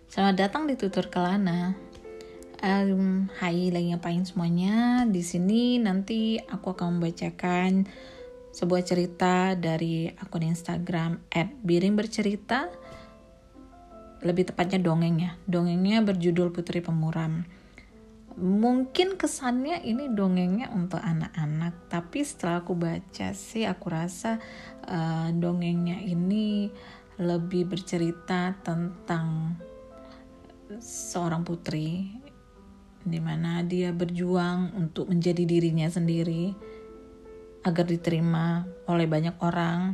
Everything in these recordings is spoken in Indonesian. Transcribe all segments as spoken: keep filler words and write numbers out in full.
Selamat datang di Tutur Kelana. Um, hai, lagi ngapain semuanya? Di sini nanti aku akan membacakan sebuah cerita dari akun Instagram et biring bercerita. Lebih tepatnya dongeng ya. Dongengnya berjudul Putri Pemuram. Mungkin kesannya ini dongengnya untuk anak-anak, tapi setelah aku baca sih aku rasa uh, dongengnya ini lebih bercerita tentang seorang putri di mana dia berjuang untuk menjadi dirinya sendiri agar diterima oleh banyak orang,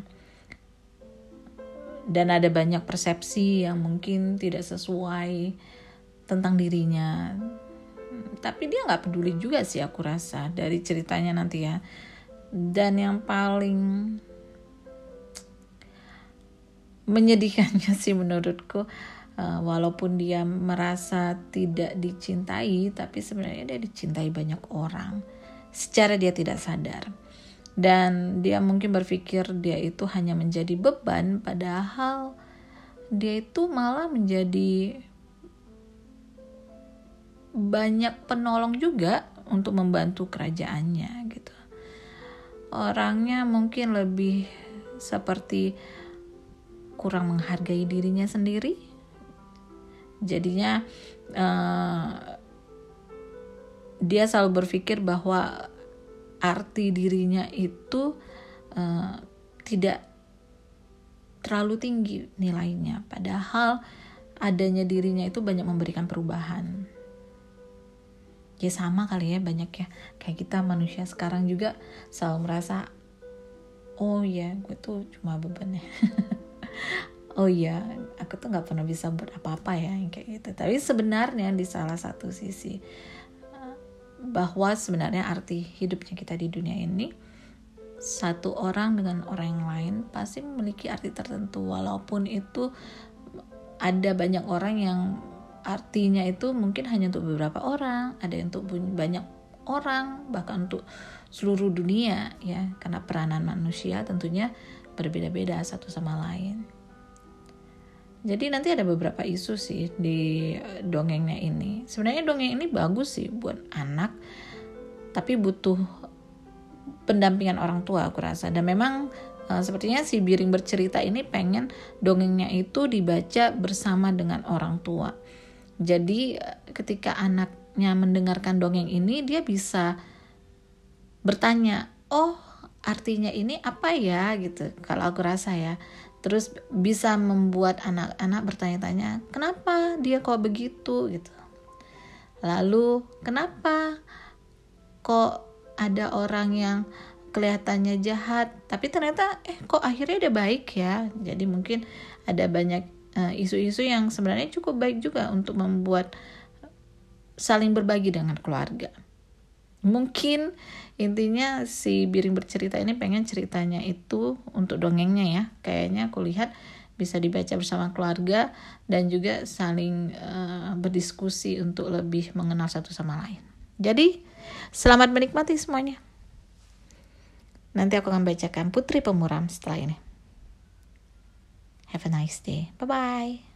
dan ada banyak persepsi yang mungkin tidak sesuai tentang dirinya, tapi dia nggak peduli juga sih aku rasa dari ceritanya nanti ya. Dan yang paling menyedihkannya sih menurutku, Uh, walaupun dia merasa tidak dicintai, tapi sebenarnya dia dicintai banyak orang secara dia tidak sadar. Dan dia mungkin berpikir dia itu hanya menjadi beban, padahal dia itu malah menjadi banyak penolong juga untuk membantu kerajaannya gitu. Orangnya mungkin lebih seperti kurang menghargai dirinya sendiri. Jadinya uh, dia selalu berpikir bahwa arti dirinya itu uh, tidak terlalu tinggi nilainya, padahal adanya dirinya itu banyak memberikan perubahan. Ya sama kali ya, banyak ya kayak kita manusia sekarang juga selalu merasa, oh ya gue tuh cuma beban ya. Oh iya, aku tuh gak pernah bisa buat apa-apa ya kayak gitu. Tapi sebenarnya di salah satu sisi, bahwa sebenarnya arti hidupnya kita di dunia ini, satu orang dengan orang yang lain pasti memiliki arti tertentu. Walaupun itu ada banyak orang yang artinya itu mungkin hanya untuk beberapa orang, ada yang untuk banyak orang, bahkan untuk seluruh dunia ya. Karena peranan manusia tentunya berbeda-beda satu sama lain. Jadi nanti ada beberapa isu sih di dongengnya ini. Sebenarnya dongeng ini bagus sih buat anak, tapi butuh pendampingan orang tua aku rasa. Dan memang uh, sepertinya si Biring bercerita ini pengen dongengnya itu dibaca bersama dengan orang tua. Jadi ketika anaknya mendengarkan dongeng ini, dia bisa bertanya, oh artinya ini apa ya gitu. Kalau aku rasa ya. Terus bisa membuat anak-anak bertanya-tanya, kenapa dia kok begitu gitu. Lalu kenapa kok ada orang yang kelihatannya jahat, tapi ternyata eh kok akhirnya dia baik ya. Jadi mungkin ada banyak uh, isu-isu yang sebenarnya cukup baik juga untuk membuat saling berbagi dengan keluarga. Mungkin intinya si Biring bercerita ini pengen ceritanya itu untuk dongengnya ya. Kayaknya aku lihat bisa dibaca bersama keluarga dan juga saling uh, berdiskusi untuk lebih mengenal satu sama lain. Jadi selamat menikmati semuanya. Nanti aku akan bacakan Putri Pemuram setelah ini. Have a nice day. Bye-bye.